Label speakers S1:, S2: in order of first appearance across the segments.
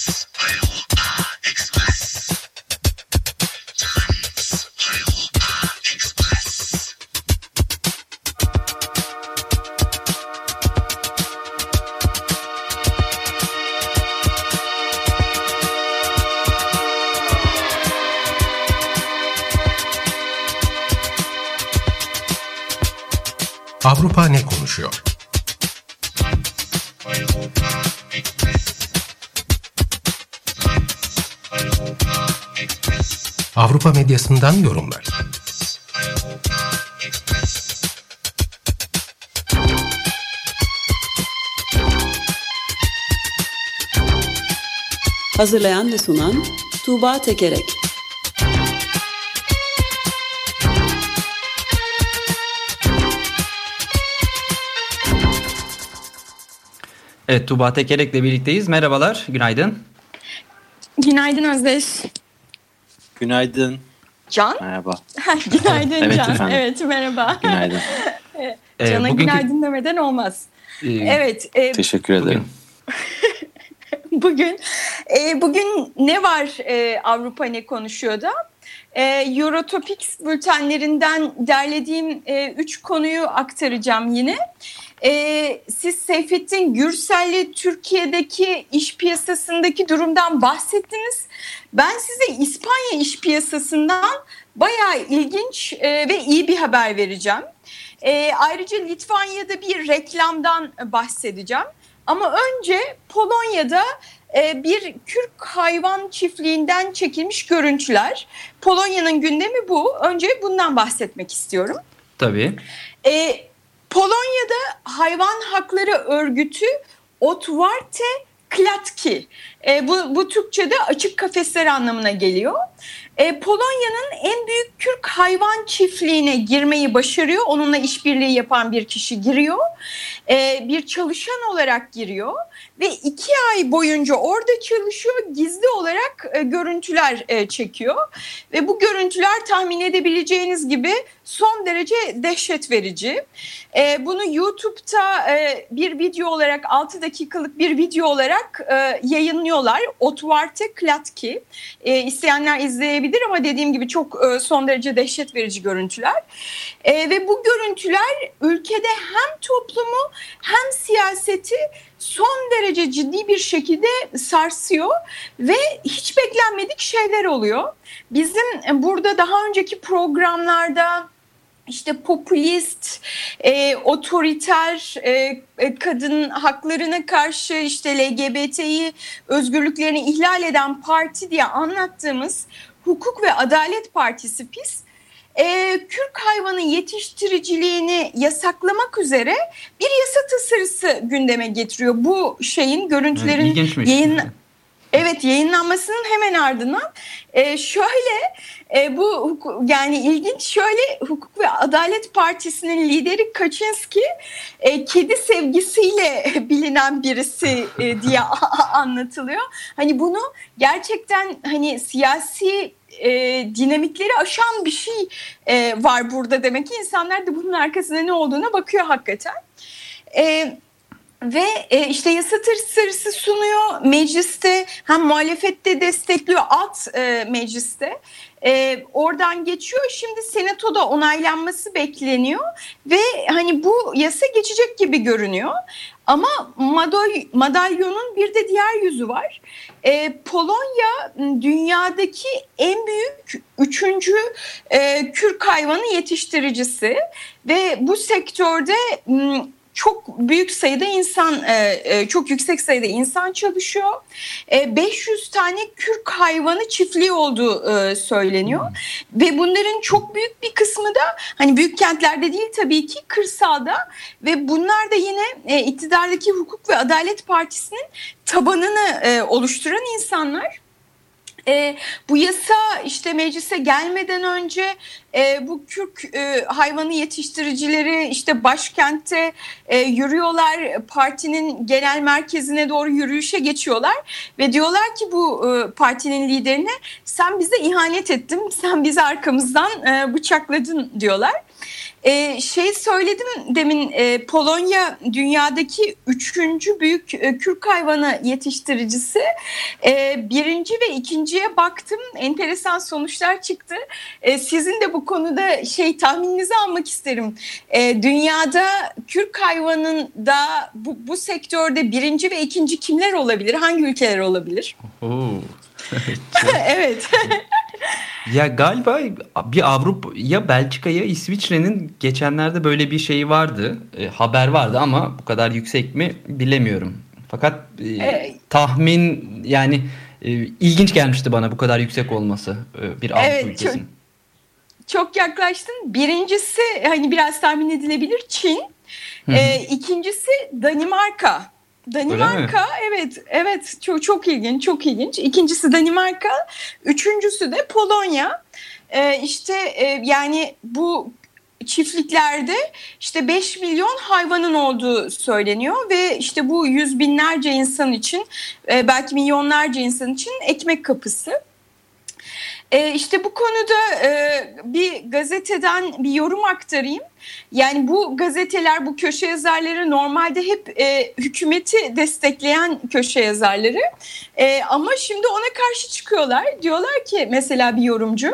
S1: Avrupa ne konuşuyor? Avrupa medyasından yorumlar.
S2: Hazırlayan ve sunan Tuğba Tekerek.
S3: Evet, Tuğba Tekerek'le birlikteyiz. Merhabalar, günaydın.
S4: Günaydın Özdeş.
S5: Günaydın.
S4: Can?
S5: Merhaba.
S4: Günaydın
S5: Evet,
S4: Can.
S5: efendim.
S4: Evet, merhaba.
S5: Günaydın.
S4: Can'a günaydın demeden olmaz. Evet.
S5: Teşekkür ederim.
S4: Bugün ne var Avrupa ne konuşuyor da? Eurotopics bültenlerinden derlediğim 3 konuyu aktaracağım yine. Siz Seyfettin Gürsel'le Türkiye'deki iş piyasasındaki durumdan bahsettiniz. Ben size İspanya iş piyasasından bayağı ilginç ve iyi bir haber vereceğim. Ayrıca Litvanya'da bir reklamdan bahsedeceğim. Ama önce Polonya'da bir kürk hayvan çiftliğinden çekilmiş görüntüler. Polonya'nın gündemi bu. Önce bundan bahsetmek istiyorum.
S3: Tabii.
S4: Polonya'da hayvan hakları örgütü Otwarte Klatki, bu Türkçe'de açık kafesler anlamına geliyor. Polonya'nın en büyük kürk hayvan çiftliğine girmeyi başarıyor. Onunla işbirliği yapan bir kişi giriyor. Bir çalışan olarak giriyor ve 2 ay boyunca orada çalışıyor. Gizli olarak görüntüler çekiyor ve bu görüntüler tahmin edebileceğiniz gibi son derece dehşet verici. Bunu YouTube'da bir video olarak 6 dakikalık bir video olarak yayınlıyorlar. Otwarte Klatki. İsteyenler izleyebilir ama dediğim gibi çok son derece dehşet verici görüntüler. Ve bu görüntüler ülkede hem toplumu hem siyaseti son derece ciddi bir şekilde sarsıyor ve hiç beklenmedik şeyler oluyor. Bizim burada daha önceki programlarda İşte popülist, otoriter, kadın haklarına karşı işte LGBT'yi özgürlüklerini ihlal eden parti diye anlattığımız Hukuk ve Adalet Partisi PiS, kürk hayvanı yetiştiriciliğini yasaklamak üzere bir yasa tasarısı gündeme getiriyor. Bu şeyin görüntülerin yayınlanmasının hemen ardından yani ilginç şöyle, Hukuk ve Adalet Partisi'nin lideri Kaczynski kedi sevgisiyle bilinen birisi diye anlatılıyor. Hani bunu gerçekten hani siyasi dinamikleri aşan bir şey var burada, demek ki insanlar da bunun arkasında ne olduğuna bakıyor hakikaten. Ve işte yasa tasarısı sunuyor mecliste, hem muhalefette destekliyor, alt mecliste oradan geçiyor. Şimdi senatoda onaylanması bekleniyor ve hani bu yasa geçecek gibi görünüyor. Ama madalyonun bir de diğer yüzü var. Polonya dünyadaki en büyük 3. kürk hayvanı yetiştiricisi ve bu sektörde çok büyük sayıda insan, çok yüksek sayıda insan çalışıyor. 500 tane kürk hayvanı çiftliği olduğu söyleniyor. Ve bunların çok büyük bir kısmı da hani büyük kentlerde değil, tabii ki kırsalda. Ve bunlar da yine iktidardaki Hukuk ve Adalet Partisi'nin tabanını oluşturan insanlar. Bu yasa işte meclise gelmeden önce bu kürk hayvanı yetiştiricileri işte başkentte yürüyorlar, partinin genel merkezine doğru yürüyüşe geçiyorlar ve diyorlar ki bu partinin liderine, sen bize ihanet ettin, sen bizi arkamızdan bıçakladın diyorlar. Şey söyledim demin, Polonya dünyadaki 3. büyük kürk hayvanı yetiştiricisi. Birinci ve ikinciye baktım, enteresan sonuçlar çıktı. Sizin de bu konuda tahmininizi almak isterim. Dünyada kürk hayvanında bu sektörde birinci ve ikinci kimler olabilir? Hangi ülkeler olabilir? Evet.
S3: Ya galiba bir Avrupa, ya Belçika ya İsviçre'nin geçenlerde böyle bir şeyi vardı. Haber vardı ama bu kadar yüksek mi bilemiyorum. Fakat tahmin, yani ilginç gelmişti bana bu kadar yüksek olması bir Avrupa ülkesinin.
S4: Çok yaklaştın. Birincisi hani biraz tahmin edilebilir, Çin. İkincisi Danimarka. Evet, çok ilginç. İkincisi Danimarka, üçüncüsü de Polonya. Yani bu çiftliklerde 5 milyon hayvanın olduğu söyleniyor ve bu yüz binlerce insan için, belki milyonlarca insan için ekmek kapısı. Bu konuda bir gazeteden bir yorum aktarayım. Yani bu gazeteler, bu köşe yazarları normalde hep hükümeti destekleyen köşe yazarları. Ama şimdi ona karşı çıkıyorlar. Diyorlar ki, mesela bir yorumcu,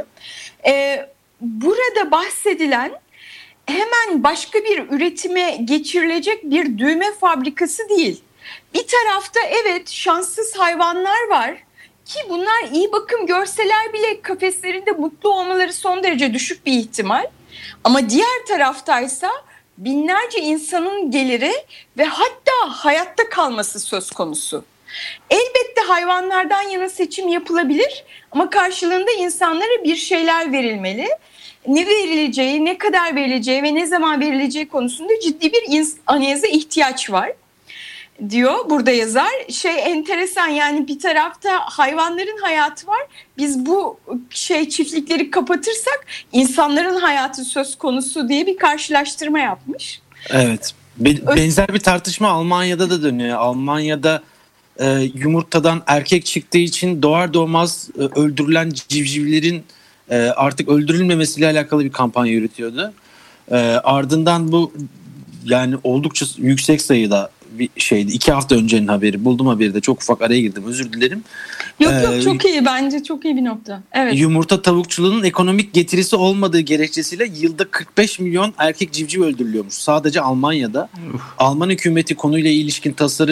S4: burada bahsedilen hemen başka bir üretime geçirilecek bir düğme fabrikası değil. Bir tarafta evet şanssız hayvanlar var. Ki bunlar iyi bakım görseler bile kafeslerinde mutlu olmaları son derece düşük bir ihtimal. Ama diğer taraftaysa binlerce insanın geliri ve hatta hayatta kalması söz konusu. Elbette hayvanlardan yana seçim yapılabilir ama karşılığında insanlara bir şeyler verilmeli. Ne verileceği, ne kadar verileceği ve ne zaman verileceği konusunda ciddi bir analize ihtiyaç var diyor burada yazar. Enteresan, yani bir tarafta hayvanların hayatı var. Biz bu çiftlikleri kapatırsak insanların hayatı söz konusu diye bir karşılaştırma yapmış.
S5: Evet. Benzer bir tartışma Almanya'da da dönüyor. Almanya'da yumurtadan erkek çıktığı için doğar doğmaz öldürülen civcivlerin artık öldürülmemesiyle alakalı bir kampanya yürütüyordu. Ardından bu, yani oldukça yüksek sayıda bir şeydi. 2 hafta öncenin haberi. Buldum haberi de. Çok ufak araya girdim. Özür dilerim.
S4: Yok çok iyi. Bence çok iyi bir nokta. Evet.
S5: Yumurta tavukçuluğunun ekonomik getirisi olmadığı gerekçesiyle yılda 45 milyon erkek civciv öldürülüyormuş. Sadece Almanya'da. Alman hükümeti konuyla ilişkin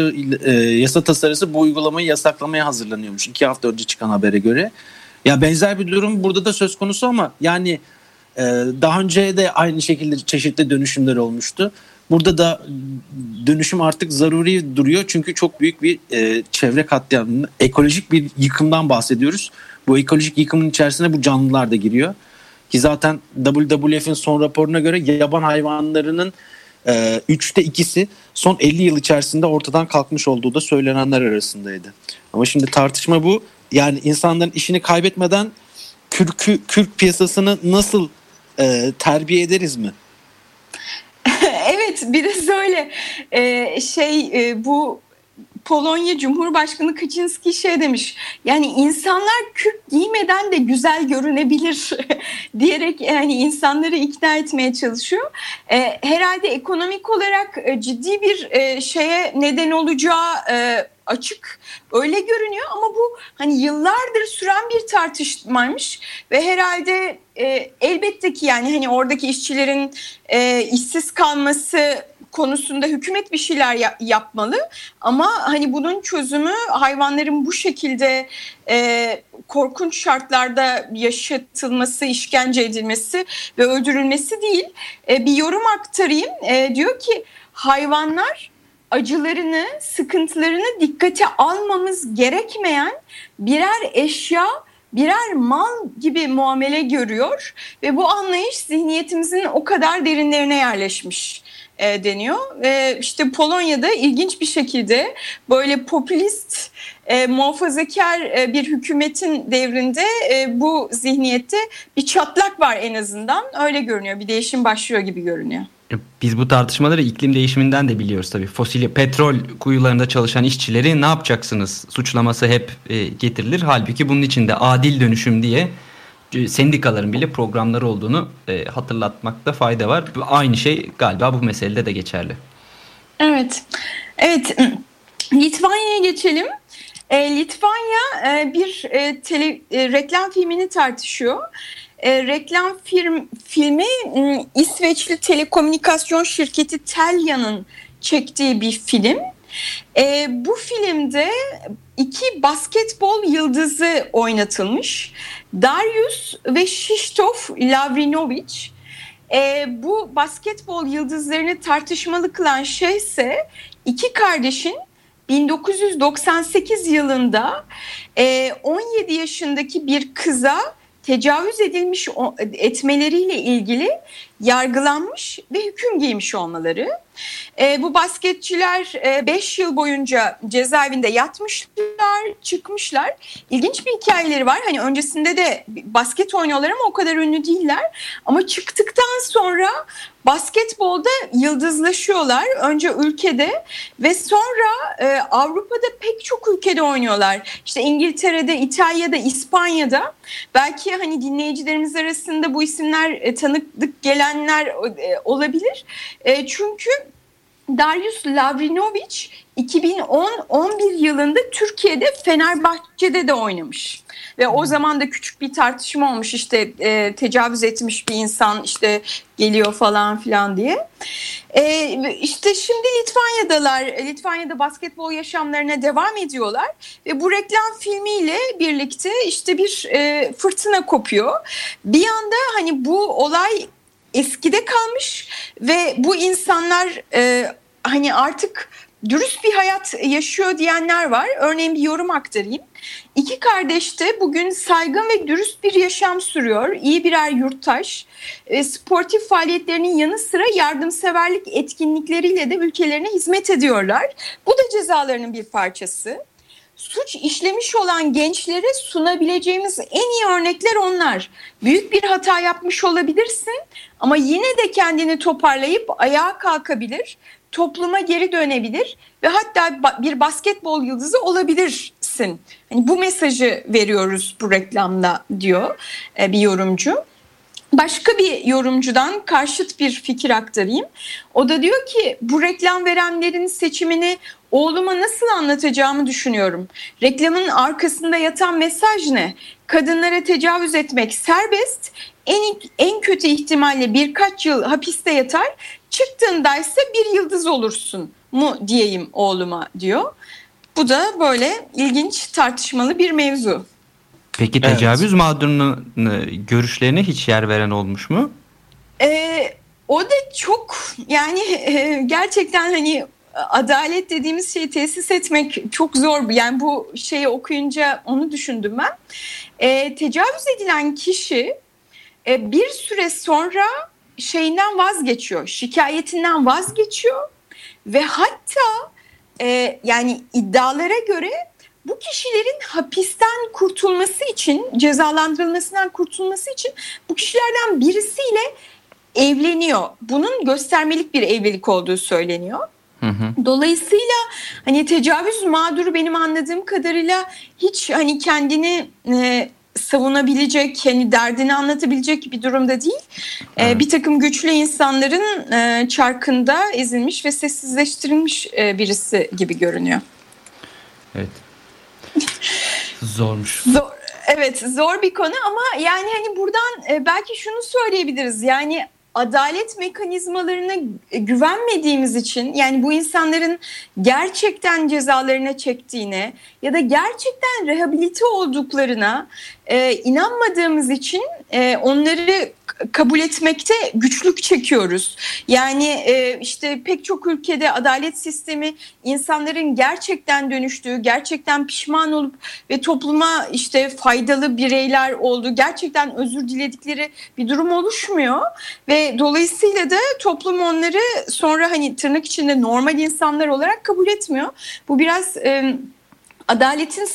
S5: yasa tasarısı bu uygulamayı yasaklamaya hazırlanıyormuş. 2 hafta önce çıkan habere göre. Ya benzer bir durum burada da söz konusu ama yani daha önce de aynı şekilde çeşitli dönüşümler olmuştu. Burada da dönüşüm artık zaruri duruyor çünkü çok büyük bir çevre katliamı, ekolojik bir yıkımdan bahsediyoruz. Bu ekolojik yıkımın içerisine bu canlılar da giriyor. Ki zaten WWF'in son raporuna göre yaban hayvanlarının 3'te 2'si son 50 yıl içerisinde ortadan kalkmış olduğu da söylenenler arasındaydı. Ama şimdi tartışma bu. Yani insanların işini kaybetmeden kürk piyasasını nasıl terbiye ederiz mi?
S4: Evet, biraz öyle. Bu Polonya Cumhurbaşkanı Kaczynski demiş. Yani insanlar kürk giymeden de güzel görünebilir diyerek yani insanları ikna etmeye çalışıyor. Herhalde ekonomik olarak ciddi bir şeye neden olacağı açık, öyle görünüyor ama bu hani yıllardır süren bir tartışmaymış ve herhalde elbette ki yani hani oradaki işçilerin işsiz kalması konusunda hükümet bir şeyler yapmalı ama hani bunun çözümü hayvanların bu şekilde korkunç şartlarda yaşatılması, işkence edilmesi ve öldürülmesi değil. Bir yorum aktarayım. Diyor ki hayvanlar acılarını, sıkıntılarını dikkate almamız gerekmeyen birer eşya, birer mal gibi muamele görüyor ve bu anlayış zihniyetimizin o kadar derinlerine yerleşmiş deniyor. İşte Polonya'da ilginç bir şekilde böyle popülist, muhafazakar bir hükümetin devrinde bu zihniyette bir çatlak var en azından. Öyle görünüyor. Bir değişim başlıyor gibi görünüyor.
S3: Biz bu tartışmaları iklim değişiminden de biliyoruz tabii. Fosil petrol kuyularında çalışan işçileri ne yapacaksınız suçlaması hep getirilir. Halbuki bunun için de adil dönüşüm diye sendikaların bile programları olduğunu hatırlatmakta fayda var. Aynı şey galiba bu meselede de geçerli.
S4: Evet. Evet. Litvanya'ya geçelim. Litvanya bir reklam filmini tartışıyor. Reklam filmi İsveçli telekomünikasyon şirketi Telia'nın çektiği bir film. Bu filmde 2 basketbol yıldızı oynatılmış. Darius ve Krzysztof Lavrinovic. Bu basketbol yıldızlarını tartışmalı kılan şey ise 2 kardeşin 1998 yılında 17 yaşındaki bir kıza tecavüz etmeleriyle ilgili yargılanmış ve hüküm giymiş olmaları. Bu basketçiler 5 yıl boyunca cezaevinde yatmışlar, çıkmışlar. İlginç bir hikayeleri var. Hani öncesinde de basket oynuyorlar ama o kadar ünlü değiller. Ama çıktıktan sonra basketbolda yıldızlaşıyorlar. Önce ülkede ve sonra Avrupa'da pek çok ülkede oynuyorlar. İşte İngiltere'de, İtalya'da, İspanya'da. Belki hani dinleyicilerimiz arasında bu isimler tanıdık gelenler olabilir. Çünkü Darius Lavrinovic 2010-11 yılında Türkiye'de Fenerbahçe'de de oynamış. Ve o zaman da küçük bir tartışma olmuş, işte tecavüz etmiş bir insan işte geliyor falan filan diye. İşte şimdi Litvanya'dalar. Litvanya'da basketbol yaşamlarına devam ediyorlar. Ve bu reklam filmiyle birlikte işte bir fırtına kopuyor. Bir anda hani bu olay eskide kalmış ve bu insanlar hani artık dürüst bir hayat yaşıyor diyenler var. Örneğin bir yorum aktarayım. 2 kardeş de bugün saygın ve dürüst bir yaşam sürüyor. İyi birer yurttaş. Sportif faaliyetlerinin yanı sıra yardımseverlik etkinlikleriyle de ülkelerine hizmet ediyorlar. Bu da cezalarının bir parçası. Suç işlemiş olan gençlere sunabileceğimiz en iyi örnekler onlar. Büyük bir hata yapmış olabilirsin ama yine de kendini toparlayıp ayağa kalkabilir, topluma geri dönebilir ve hatta bir basketbol yıldızı olabilirsin. Hani bu mesajı veriyoruz bu reklamda diyor bir yorumcu. Başka bir yorumcudan karşıt bir fikir aktarayım. O da diyor ki bu reklam verenlerin seçimini oğluma nasıl anlatacağımı düşünüyorum. Reklamın arkasında yatan mesaj ne? Kadınlara tecavüz etmek serbest, en kötü ihtimalle birkaç yıl hapiste yatar, çıktığındaysa bir yıldız olursun mu diyeyim oğluma diyor. Bu da böyle ilginç, tartışmalı bir mevzu.
S3: Peki tecavüz mağdurunun görüşlerine hiç yer veren olmuş mu?
S4: O da çok yani gerçekten hani adalet dediğimiz şeyi tesis etmek çok zor. Yani bu şeyi okuyunca onu düşündüm ben. Tecavüz edilen kişi bir süre sonra şeyinden vazgeçiyor, şikayetinden vazgeçiyor ve hatta yani iddialara göre bu kişilerin hapisten kurtulması için, cezalandırılmasından kurtulması için bu kişilerden birisiyle evleniyor. Bunun göstermelik bir evlilik olduğu söyleniyor. Dolayısıyla hani tecavüz mağduru benim anladığım kadarıyla hiç hani kendini savunabilecek, hani derdini anlatabilecek bir durumda değil. Bir takım güçlü insanların çarkında ezilmiş ve sessizleştirilmiş birisi gibi görünüyor.
S3: Evet. Zormuş.
S4: Evet, zor bir konu ama yani hani buradan belki şunu söyleyebiliriz. Yani adalet mekanizmalarına güvenmediğimiz için, yani bu insanların gerçekten cezalarına çektiğine ya da gerçekten rehabilite olduklarına inanmadığımız için onları kabul etmekte güçlük çekiyoruz. Yani işte pek çok ülkede adalet sistemi insanların gerçekten dönüştüğü, gerçekten pişman olup ve topluma işte faydalı bireyler olduğu, gerçekten özür diledikleri bir durum oluşmuyor ve dolayısıyla da toplum onları sonra hani tırnak içinde normal insanlar olarak kabul etmiyor. Bu biraz adaletin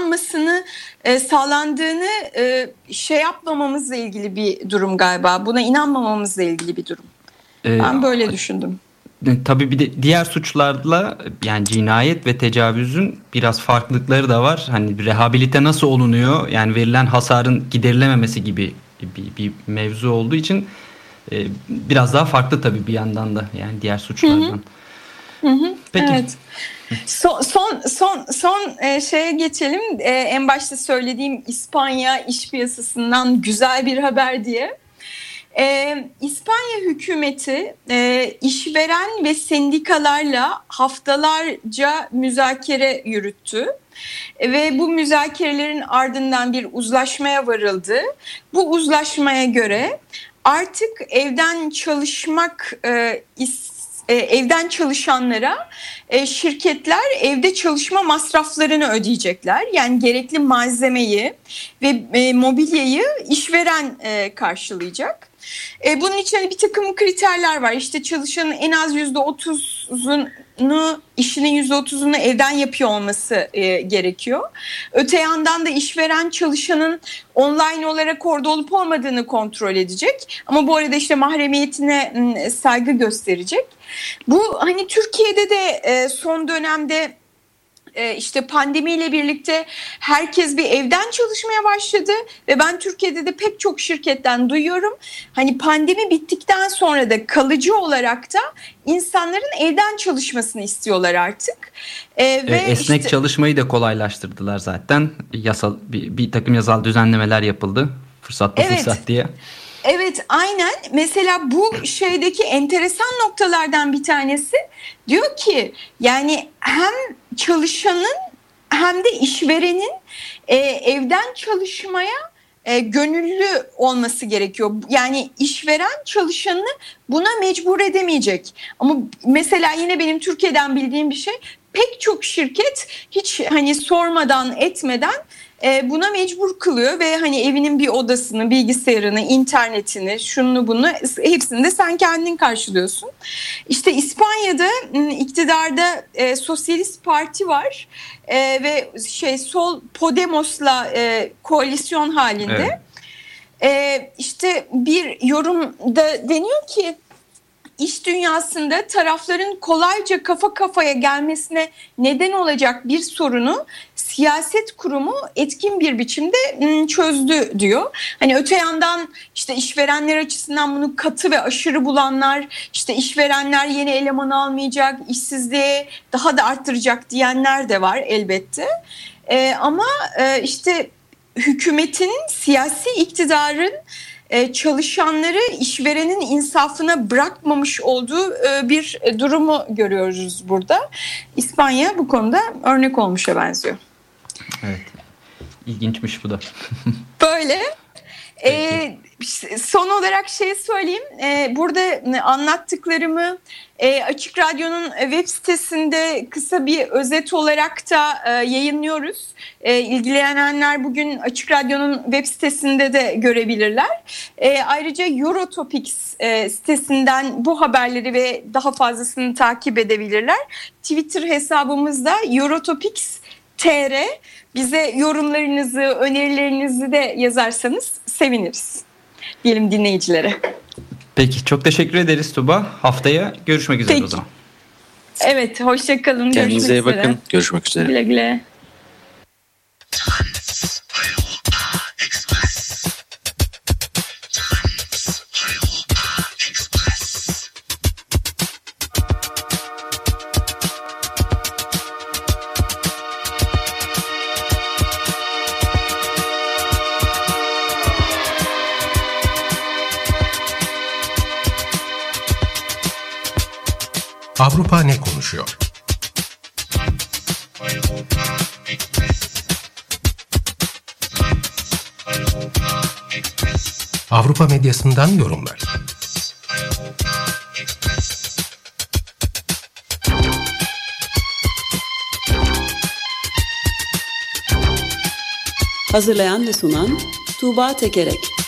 S4: sağlandığını şey yapmamamızla ilgili bir durum galiba. Buna inanmamamızla ilgili bir durum. Ben böyle düşündüm.
S3: tabii bir de diğer suçlarla, yani cinayet ve tecavüzün biraz farklılıkları da var. Hani rehabilite nasıl olunuyor? Yani verilen hasarın giderilememesi gibi bir mevzu olduğu için biraz daha farklı tabii bir yandan da, yani diğer suçlardan. Peki.
S4: Evet. Son şeye geçelim. En başta söylediğim İspanya iş piyasasından güzel bir haber diye. İspanya hükümeti işveren ve sendikalarla haftalarca müzakere yürüttü. Ve bu müzakerelerin ardından bir uzlaşmaya varıldı. Bu uzlaşmaya göre artık evden çalışanlara şirketler evde çalışma masraflarını ödeyecekler. Yani gerekli malzemeyi ve mobilyayı işveren karşılayacak. Bunun için bir takım kriterler var. İşte çalışanın en az işinin %30'unu evden yapıyor olması gerekiyor. Öte yandan da işveren çalışanın online olarak orada olup olmadığını kontrol edecek. Ama bu arada işte mahremiyetine saygı gösterecek. Bu hani Türkiye'de de son dönemde işte pandemiyle birlikte herkes bir evden çalışmaya başladı ve ben Türkiye'de de pek çok şirketten duyuyorum. Hani pandemi bittikten sonra da kalıcı olarak da insanların evden çalışmasını istiyorlar artık.
S3: Ve esnek çalışmayı da kolaylaştırdılar zaten. Bir takım yasal düzenlemeler yapıldı. Fırsat diye.
S4: Evet, aynen. Mesela bu şeydeki enteresan noktalardan bir tanesi diyor ki yani hem çalışanın hem de işverenin evden çalışmaya gönüllü olması gerekiyor. Yani işveren çalışanını buna mecbur edemeyecek. Ama mesela yine benim Türkiye'den bildiğim bir şey, pek çok şirket hiç hani sormadan etmeden buna mecbur kılıyor ve hani evinin bir odasını, bilgisayarını, internetini, şunu bunu hepsini de sen kendin karşılıyorsun. İşte İspanya'da iktidarda Sosyalist Parti var ve Sol Podemos'la koalisyon halinde. Evet. İşte bir yorumda deniyor ki İş dünyasında tarafların kolayca kafa kafaya gelmesine neden olacak bir sorunu siyaset kurumu etkin bir biçimde çözdü diyor. Hani öte yandan işte işverenler açısından bunu katı ve aşırı bulanlar, işte işverenler yeni eleman almayacak, işsizliği daha da arttıracak diyenler de var elbette. Ama işte hükümetin, siyasi iktidarın çalışanları işverenin insafına bırakmamış olduğu bir durumu görüyoruz burada. İspanya bu konuda örnek olmuşa benziyor.
S3: Evet. İlginçmiş bu da.
S4: Böyle. Son olarak söyleyeyim. Burada anlattıklarımı Açık Radyo'nun web sitesinde kısa bir özet olarak da yayınlıyoruz. İlgilenenler bugün Açık Radyo'nun web sitesinde de görebilirler. Ayrıca Eurotopics sitesinden bu haberleri ve daha fazlasını takip edebilirler. Twitter hesabımızda Eurotopics.tr. Bize yorumlarınızı, önerilerinizi de yazarsanız seviniriz. Diyelim dinleyicilere.
S3: Peki, çok teşekkür ederiz Tuba. Haftaya görüşmek üzere o zaman.
S4: Evet, hoşça kalın.
S5: Kendinize iyi bakın. Görüşmek üzere.
S4: Güle güle.
S1: Avrupa ne konuşuyor? Avrupa medyasından yorumlar.
S2: Hazırlayan ve sunan Tuğba Tekerek.